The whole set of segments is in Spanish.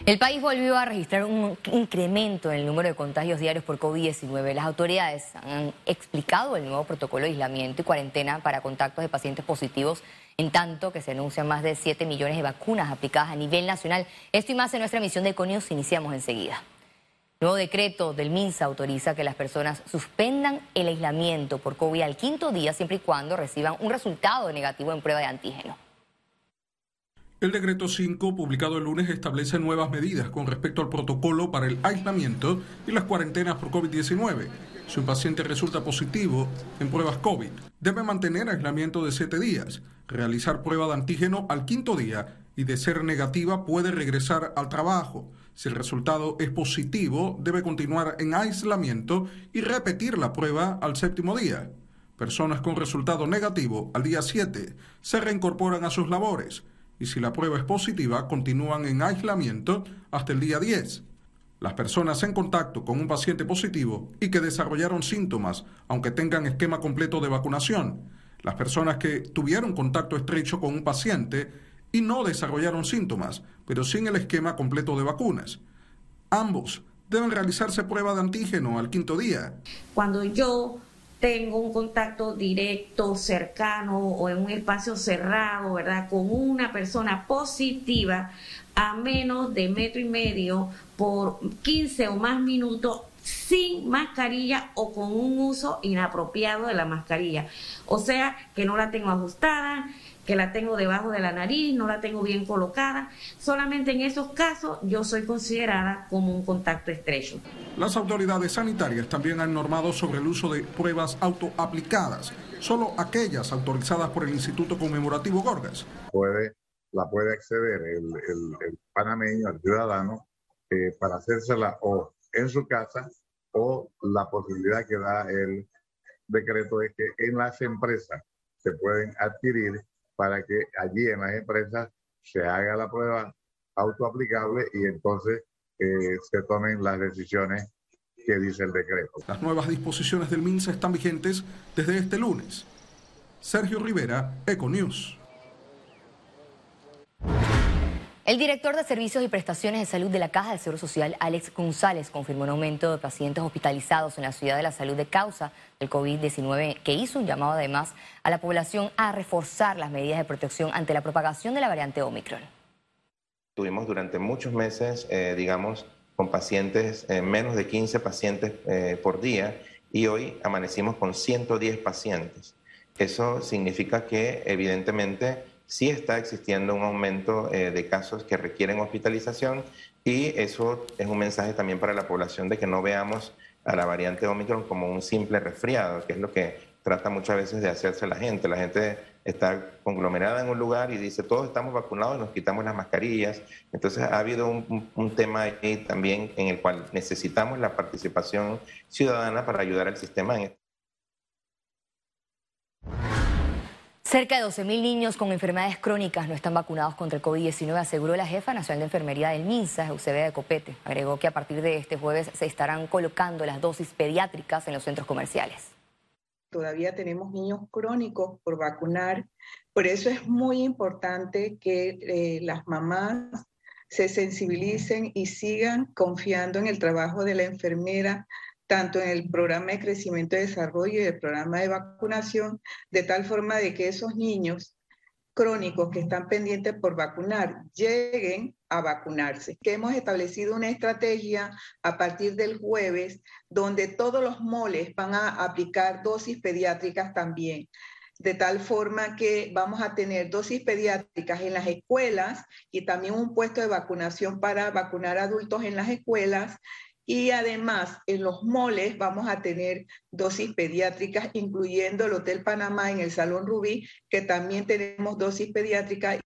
El país volvió a registrar un incremento en el número de contagios diarios por COVID-19. Las autoridades han explicado el nuevo protocolo de aislamiento y cuarentena para contactos de pacientes positivos, en tanto que se anuncian más de 7 millones de vacunas aplicadas a nivel nacional. Esto y más en nuestra emisión de Econius. Iniciamos enseguida. Nuevo decreto del MINSA autoriza que las personas suspendan el aislamiento por COVID al quinto día, siempre y cuando reciban un resultado negativo en prueba de antígeno. El decreto 5, publicado el lunes, establece nuevas medidas con respecto al protocolo para el aislamiento y las cuarentenas por COVID-19. Si un paciente resulta positivo en pruebas COVID, debe mantener aislamiento de 7 días, realizar prueba de antígeno al quinto día y, de ser negativa, puede regresar al trabajo. Si el resultado es positivo, debe continuar en aislamiento y repetir la prueba al séptimo día. Personas con resultado negativo al día 7 se reincorporan a sus labores, y si la prueba es positiva, continúan en aislamiento hasta el día 10. Las personas en contacto con un paciente positivo y que desarrollaron síntomas, aunque tengan esquema completo de vacunación. Las personas que tuvieron contacto estrecho con un paciente y no desarrollaron síntomas, pero sin el esquema completo de vacunas. Ambos deben realizarse prueba de antígeno al quinto día. Cuando yo tengo un contacto directo, cercano o en un espacio cerrado, ¿verdad?, con una persona positiva a menos de 1,5 metros por 15 o más minutos sin mascarilla o con un uso inapropiado de la mascarilla. O sea, que no la tengo ajustada, que la tengo debajo de la nariz, no la tengo bien colocada. Solamente en esos casos yo soy considerada como un contacto estrecho. Las autoridades sanitarias también han normado sobre el uso de pruebas autoaplicadas, solo aquellas autorizadas por el Instituto Conmemorativo Gorgas. La puede acceder el panameño, el ciudadano, para hacérsela o en su casa, o la posibilidad que da el decreto es que en las empresas se pueden adquirir para que allí en las empresas se haga la prueba autoaplicable y entonces se tomen las decisiones que dice el decreto. Las nuevas disposiciones del MINSA están vigentes desde este lunes. Sergio Rivera, Econius. El director de Servicios y Prestaciones de Salud de la Caja del Seguro Social, Alex González, confirmó un aumento de pacientes hospitalizados en la Ciudad de la Salud de causa del COVID-19, que hizo un llamado además a la población a reforzar las medidas de protección ante la propagación de la variante Omicron. Tuvimos durante muchos meses, con pacientes, menos de 15 pacientes por día, y hoy amanecimos con 110 pacientes. Eso significa que evidentemente sí está existiendo un aumento de casos que requieren hospitalización, y eso es un mensaje también para la población de que no veamos a la variante Omicron como un simple resfriado, que es lo que trata muchas veces de hacerse la gente. La gente está conglomerada en un lugar y dice todos estamos vacunados y nos quitamos las mascarillas. Entonces ha habido un tema ahí también en el cual necesitamos la participación ciudadana para ayudar al sistema en esto. Cerca de 12.000 niños con enfermedades crónicas no están vacunados contra el COVID-19, aseguró la jefa nacional de enfermería del MINSA, Eusebia de Copete. Agregó que a partir de este jueves se estarán colocando las dosis pediátricas en los centros comerciales. Todavía tenemos niños crónicos por vacunar, por eso es muy importante que las mamás se sensibilicen y sigan confiando en el trabajo de la enfermera, tanto en el programa de crecimiento y desarrollo y el programa de vacunación, de tal forma de que esos niños crónicos que están pendientes por vacunar lleguen a vacunarse. Que hemos establecido una estrategia a partir del jueves donde todos los moles van a aplicar dosis pediátricas también, de tal forma que vamos a tener dosis pediátricas en las escuelas y también un puesto de vacunación para vacunar adultos en las escuelas. Y además, en los moles vamos a tener dosis pediátricas, incluyendo el Hotel Panamá en el Salón Rubí, que también tenemos dosis pediátricas.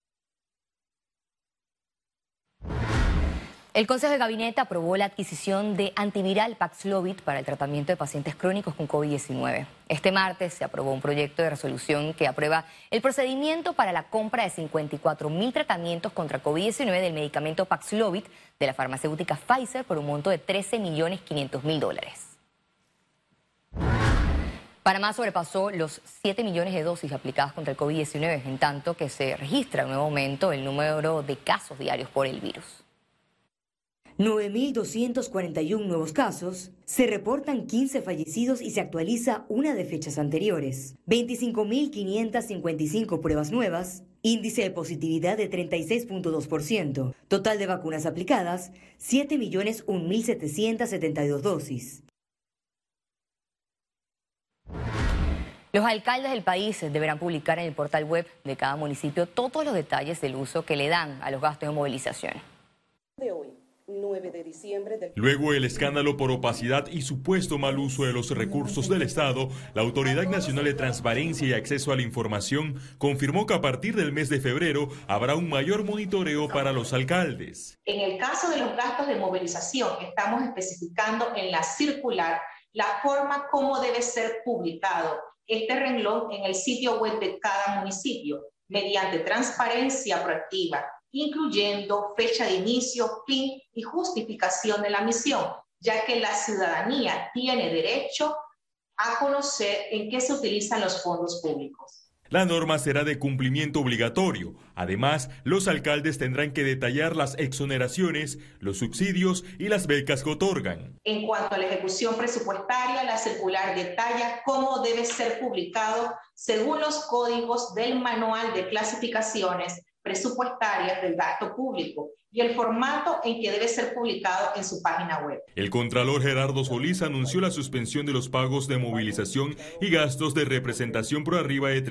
El Consejo de Gabinete aprobó la adquisición de antiviral Paxlovid para el tratamiento de pacientes crónicos con COVID-19. Este martes se aprobó un proyecto de resolución que aprueba el procedimiento para la compra de 54.000 tratamientos contra COVID-19 del medicamento Paxlovid de la farmacéutica Pfizer por un monto de $13.500.000. Panamá sobrepasó los 7 millones de dosis aplicadas contra el COVID-19, en tanto que se registra un nuevo aumento del número de casos diarios por el virus. 9.241 nuevos casos, se reportan 15 fallecidos y se actualiza una de fechas anteriores. 25.555 pruebas nuevas, índice de positividad de 36.2%. Total de vacunas aplicadas, 7.001.772 dosis. Los alcaldes del país deberán publicar en el portal web de cada municipio todos los detalles del uso que le dan a los gastos de movilización. De hoy, 9 de diciembre Luego el escándalo por opacidad y supuesto mal uso de los recursos del Estado, la Autoridad Nacional de Transparencia y Acceso a la Información confirmó que a partir del mes de febrero habrá un mayor monitoreo para los alcaldes. En el caso de los gastos de movilización, estamos especificando en la circular la forma como debe ser publicado este renglón en el sitio web de cada municipio, mediante transparencia proactiva, incluyendo fecha de inicio, fin y justificación de la misión, ya que la ciudadanía tiene derecho a conocer en qué se utilizan los fondos públicos. La norma será de cumplimiento obligatorio. Además, los alcaldes tendrán que detallar las exoneraciones, los subsidios y las becas que otorgan. En cuanto a la ejecución presupuestaria, la circular detalla cómo debe ser publicado según los códigos del Manual de Clasificaciones Presupuestarias del Gasto Público y el formato en que debe ser publicado en su página web. El contralor Gerardo Solís anunció la suspensión de los pagos de movilización y gastos de representación por arriba de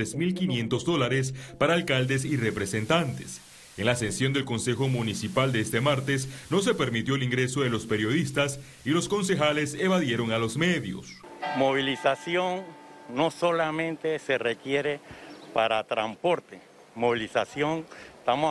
$3.500 para alcaldes y representantes. En la sesión del Consejo Municipal de este martes no se permitió el ingreso de los periodistas y los concejales evadieron a los medios. Movilización no solamente se requiere para transporte, movilización, estamos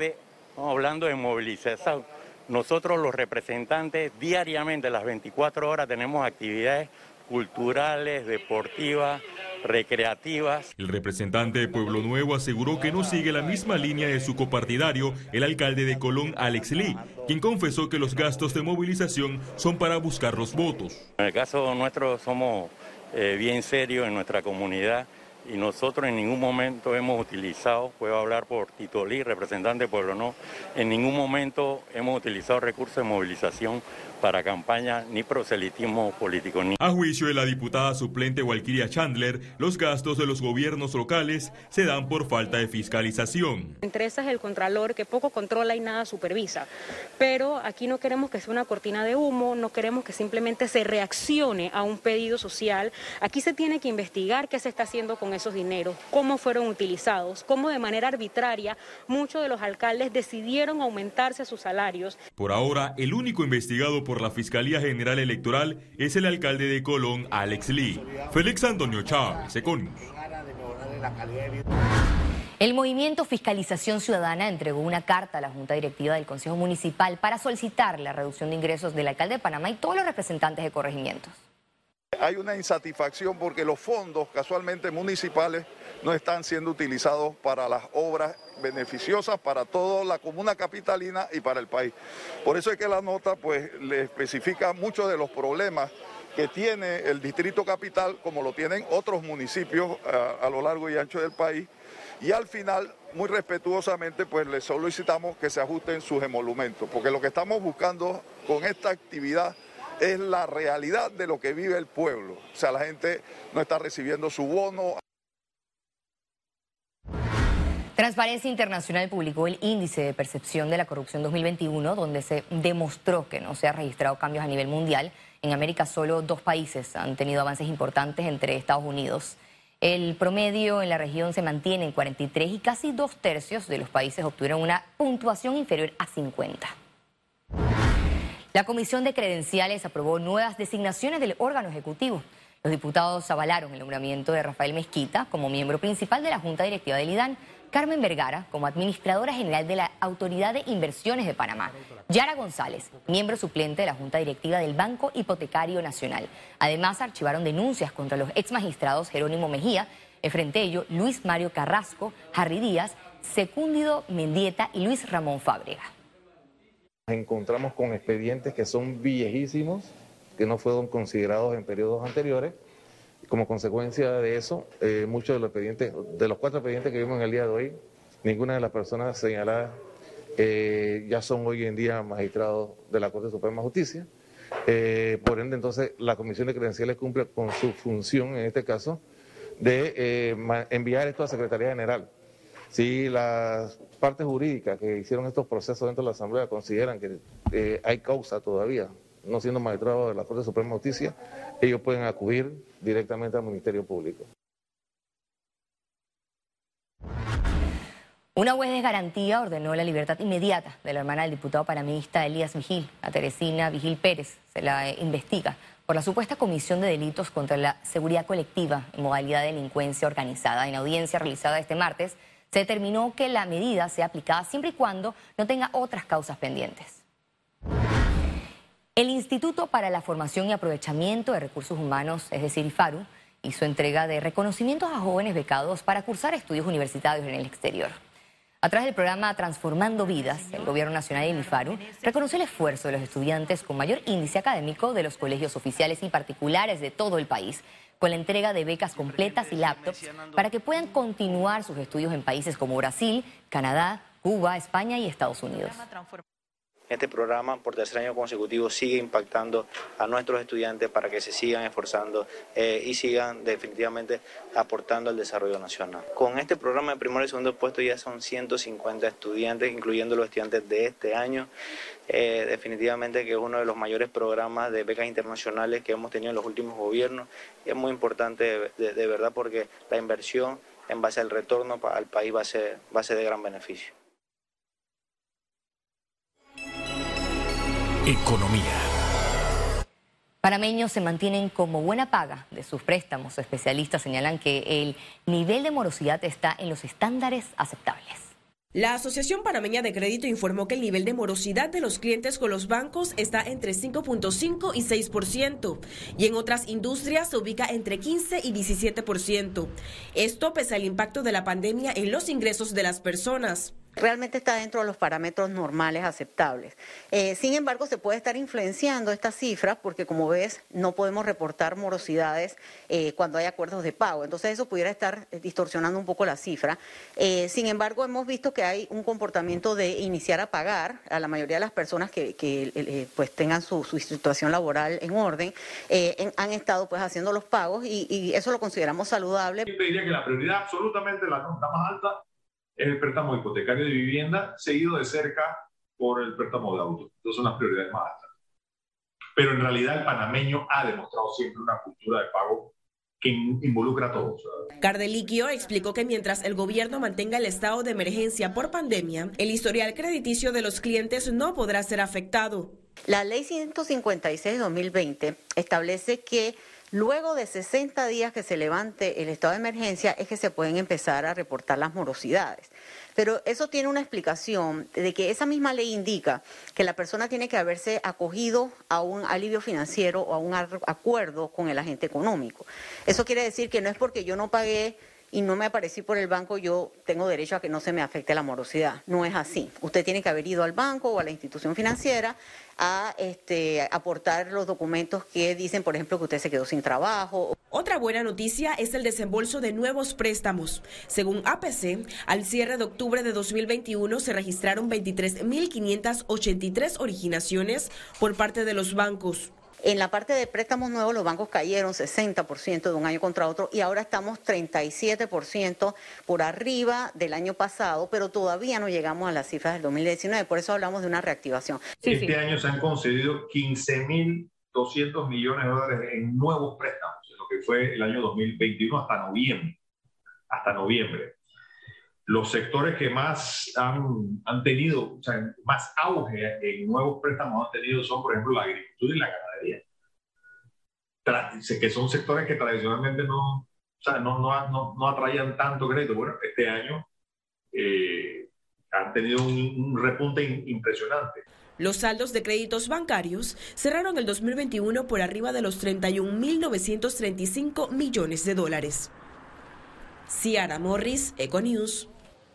hablando de movilización. Nosotros los representantes diariamente, las 24 horas, tenemos actividades culturales, deportivas, recreativas. El representante de Pueblo Nuevo aseguró que no sigue la misma línea de su copartidario, el alcalde de Colón, Alex Lee, quien confesó que los gastos de movilización son para buscar los votos. En el caso nuestro somos bien serios en nuestra comunidad. Y nosotros en ningún momento hemos utilizado, puedo hablar por Tito Lee, representante de Pueblo Nuevo, en ningún momento hemos utilizado recursos de movilización para campaña ni proselitismo político. A juicio de la diputada suplente Walkiria Chandler, los gastos de los gobiernos locales se dan por falta de fiscalización. Entre esas el contralor, que poco controla y nada supervisa. Pero aquí no queremos que sea una cortina de humo, no queremos que simplemente se reaccione a un pedido social. Aquí se tiene que investigar qué se está haciendo con esos dineros, cómo fueron utilizados, cómo de manera arbitraria muchos de los alcaldes decidieron aumentarse sus salarios. Por ahora, el único investigado por la Fiscalía General Electoral es el alcalde de Colón, Alex Lee. Félix Antonio Chávez, Econius. El movimiento Fiscalización Ciudadana entregó una carta a la Junta Directiva del Consejo Municipal para solicitar la reducción de ingresos del alcalde de Panamá y todos los representantes de corregimientos. Hay una insatisfacción porque los fondos casualmente municipales no están siendo utilizados para las obras beneficiosas para toda la comuna capitalina y para el país. Por eso es que la nota pues le especifica muchos de los problemas que tiene el Distrito Capital, como lo tienen otros municipios a lo largo y ancho del país. Y al final, muy respetuosamente, pues les solicitamos que se ajusten sus emolumentos, porque lo que estamos buscando con esta actividad es la realidad de lo que vive el pueblo. O sea, la gente no está recibiendo su bono. Transparencia Internacional publicó el Índice de Percepción de la Corrupción 2021, donde se demostró que no se han registrado cambios a nivel mundial. En América solo 2 países han tenido avances importantes, entre Estados Unidos. El promedio en la región se mantiene en 43 y casi 2/3 de los países obtuvieron una puntuación inferior a 50. La Comisión de Credenciales aprobó nuevas designaciones del órgano ejecutivo. Los diputados avalaron el nombramiento de Rafael Mezquita como miembro principal de la Junta Directiva del IDAN, Carmen Vergara como administradora general de la Autoridad de Inversiones de Panamá, Yara González, miembro suplente de la Junta Directiva del Banco Hipotecario Nacional. Además, archivaron denuncias contra los exmagistrados Jerónimo Mejía, Efren Tello, Luis Mario Carrasco, Harry Díaz, Secúndido Mendieta y Luis Ramón Fábrega. Nos encontramos con expedientes que son viejísimos, que no fueron considerados en periodos anteriores. Como consecuencia de eso, muchos de los 4 expedientes que vimos en el día de hoy, ninguna de las personas señaladas ya son hoy en día magistrados de la Corte Suprema de Justicia. Por ende, entonces, la Comisión de Credenciales cumple con su función, en este caso, de enviar esto a Secretaría General. Si las partes jurídicas que hicieron estos procesos dentro de la Asamblea consideran que hay causa todavía, no siendo magistrados de la Corte Suprema de Justicia, ellos pueden acudir directamente al Ministerio Público. Una juez de garantía ordenó la libertad inmediata de la hermana del diputado panameñista Elías Vigil, a Teresina Vigil Pérez. Se la investiga por la supuesta comisión de delitos contra la seguridad colectiva en modalidad de delincuencia organizada. En audiencia realizada este martes, se determinó que la medida sea aplicada siempre y cuando no tenga otras causas pendientes. El Instituto para la Formación y Aprovechamiento de Recursos Humanos, es decir, IFARU, hizo entrega de reconocimientos a jóvenes becados para cursar estudios universitarios en el exterior. A través del programa Transformando Vidas, el Gobierno Nacional y el IFARU reconoció el esfuerzo de los estudiantes con mayor índice académico de los colegios oficiales y particulares de todo el país, con la entrega de becas completas y laptops para que puedan continuar sus estudios en países como Brasil, Canadá, Cuba, España y Estados Unidos. Este programa por tercer año consecutivo sigue impactando a nuestros estudiantes para que se sigan esforzando y sigan definitivamente aportando al desarrollo nacional. Con este programa de primer y segundo puesto ya son 150 estudiantes, incluyendo los estudiantes de este año. Definitivamente que es uno de los mayores programas de becas internacionales que hemos tenido en los últimos gobiernos. Y es muy importante de verdad porque la inversión en base al retorno al país va a ser de gran beneficio. Economía. Panameños se mantienen como buena paga de sus préstamos. Especialistas señalan que el nivel de morosidad está en los estándares aceptables. La Asociación Panameña de Crédito informó que el nivel de morosidad de los clientes con los bancos está entre 5.5 y 6%, y en otras industrias se ubica entre 15 y 17%. Esto pese al impacto de la pandemia en los ingresos de las personas. Realmente está dentro de los parámetros normales aceptables. Sin embargo, se puede estar influenciando estas cifras porque, como ves, no podemos reportar morosidades cuando hay acuerdos de pago. Entonces, eso pudiera estar distorsionando un poco la cifra. Sin embargo, hemos visto que hay un comportamiento de iniciar a pagar a la mayoría de las personas que pues tengan su situación laboral en orden. Han estado pues haciendo los pagos y eso lo consideramos saludable. Yo te diría que la prioridad absolutamente, la nota más alta, es el préstamo hipotecario de vivienda, seguido de cerca por el préstamo de auto. Entonces son las prioridades más altas. Pero en realidad el panameño ha demostrado siempre una cultura de pago que involucra a todos. Cardeliquio explicó que mientras el gobierno mantenga el estado de emergencia por pandemia, el historial crediticio de los clientes no podrá ser afectado. La ley 156/2020 establece que luego de 60 días que se levante el estado de emergencia es que se pueden empezar a reportar las morosidades. Pero eso tiene una explicación de que esa misma ley indica que la persona tiene que haberse acogido a un alivio financiero o a un acuerdo con el agente económico. Eso quiere decir que no es porque yo no pagué y no me aparecí por el banco, yo tengo derecho a que no se me afecte la morosidad. No es así. Usted tiene que haber ido al banco o a la institución financiera a aportar los documentos que dicen, por ejemplo, que usted se quedó sin trabajo. Otra buena noticia es el desembolso de nuevos préstamos. Según APC, al cierre de octubre de 2021 se registraron 23.583 originaciones por parte de los bancos. En la parte de préstamos nuevos, los bancos cayeron 60% de un año contra otro y ahora estamos 37% por arriba del año pasado, pero todavía no llegamos a las cifras del 2019, por eso hablamos de una reactivación. Este año se han concedido 15.200 millones de dólares en nuevos préstamos, en lo que fue el año 2021 hasta noviembre. Los sectores que más han tenido, o sea, más auge en nuevos préstamos han tenido son, por ejemplo, la agricultura y la ganadería, que son sectores que tradicionalmente no atraían tanto crédito. Bueno, este año han tenido un repunte impresionante. Los saldos de créditos bancarios cerraron el 2021 por arriba de los 31.935 millones de dólares. Ciara Morris, Econews.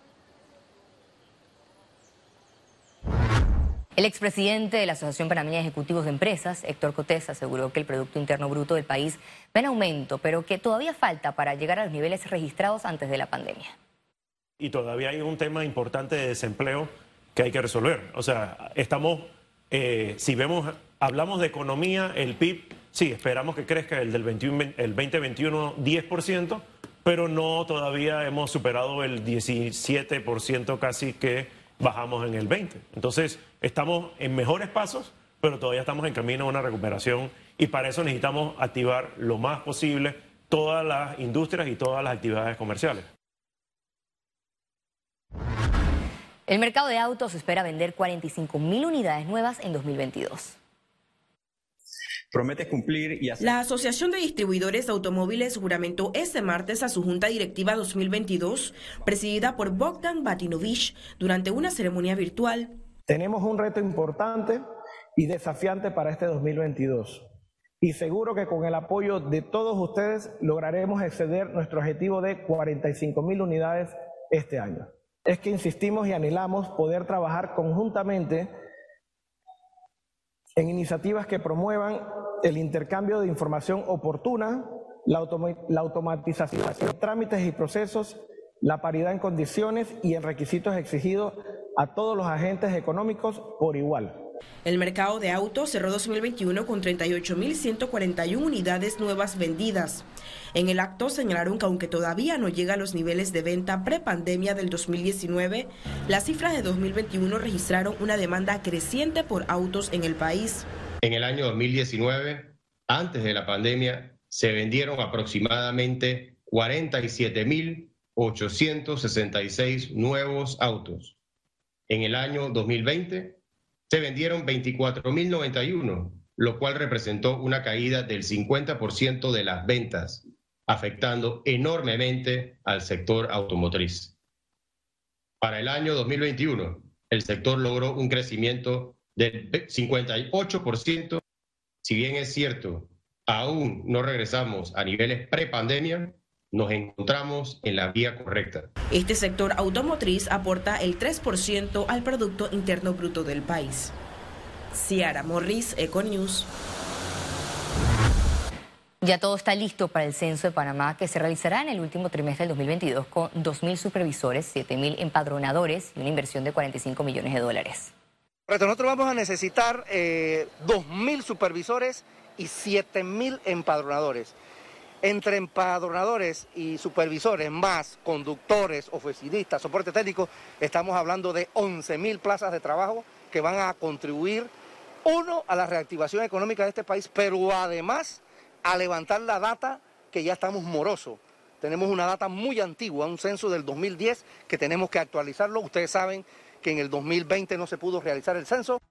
El expresidente de la Asociación Panameña de Ejecutivos de Empresas, Héctor Cotés, aseguró que el Producto Interno Bruto del país va en aumento, pero que todavía falta para llegar a los niveles registrados antes de la pandemia. Y todavía hay un tema importante de desempleo que hay que resolver. O sea, estamos, si hablamos de economía, el PIB, sí, esperamos que crezca el 2021 10%, pero no todavía hemos superado el 17% casi que bajamos en el 20%. Entonces, estamos en mejores pasos, pero todavía estamos en camino a una recuperación y para eso necesitamos activar lo más posible todas las industrias y todas las actividades comerciales. El mercado de autos espera vender 45.000 unidades nuevas en 2022. Promete cumplir y hacer... La Asociación de Distribuidores de Automóviles juramentó este martes a su Junta Directiva 2022, presidida por Bogdan Batinovich, durante una ceremonia virtual. Tenemos un reto importante y desafiante para este 2022. Y seguro que con el apoyo de todos ustedes lograremos exceder nuestro objetivo de 45.000 unidades este año. Es que insistimos y anhelamos poder trabajar conjuntamente en iniciativas que promuevan el intercambio de información oportuna, la automatización de trámites y procesos, la paridad en condiciones y en requisitos exigidos a todos los agentes económicos por igual. El mercado de autos cerró 2021 con 38.141 unidades nuevas vendidas. En el acto señalaron que aunque todavía no llega a los niveles de venta prepandemia del 2019, las cifras de 2021 registraron una demanda creciente por autos en el país. En el año 2019, antes de la pandemia, se vendieron aproximadamente 47.866 nuevos autos. En el año 2020, se vendieron 24.091, lo cual representó una caída del 50% de las ventas, afectando enormemente al sector automotriz. Para el año 2021, el sector logró un crecimiento del 58%. Si bien es cierto, aún no regresamos a niveles prepandemia, nos encontramos en la vía correcta. Este sector automotriz aporta el 3% al Producto Interno Bruto del país. Ciara Morris, Econews. Ya todo está listo para el censo de Panamá que se realizará en el último trimestre del 2022 con 2.000 supervisores, 7.000 empadronadores y una inversión de $45 millones. Nosotros vamos a necesitar 2.000 supervisores y 7.000 empadronadores. Entre empadronadores y supervisores, más conductores, oficinistas, soporte técnico, estamos hablando de 11.000 plazas de trabajo que van a contribuir, uno, a la reactivación económica de este país, pero además a levantar la data que ya estamos morosos. Tenemos una data muy antigua, un censo del 2010 que tenemos que actualizarlo. Ustedes saben que en el 2020 no se pudo realizar el censo.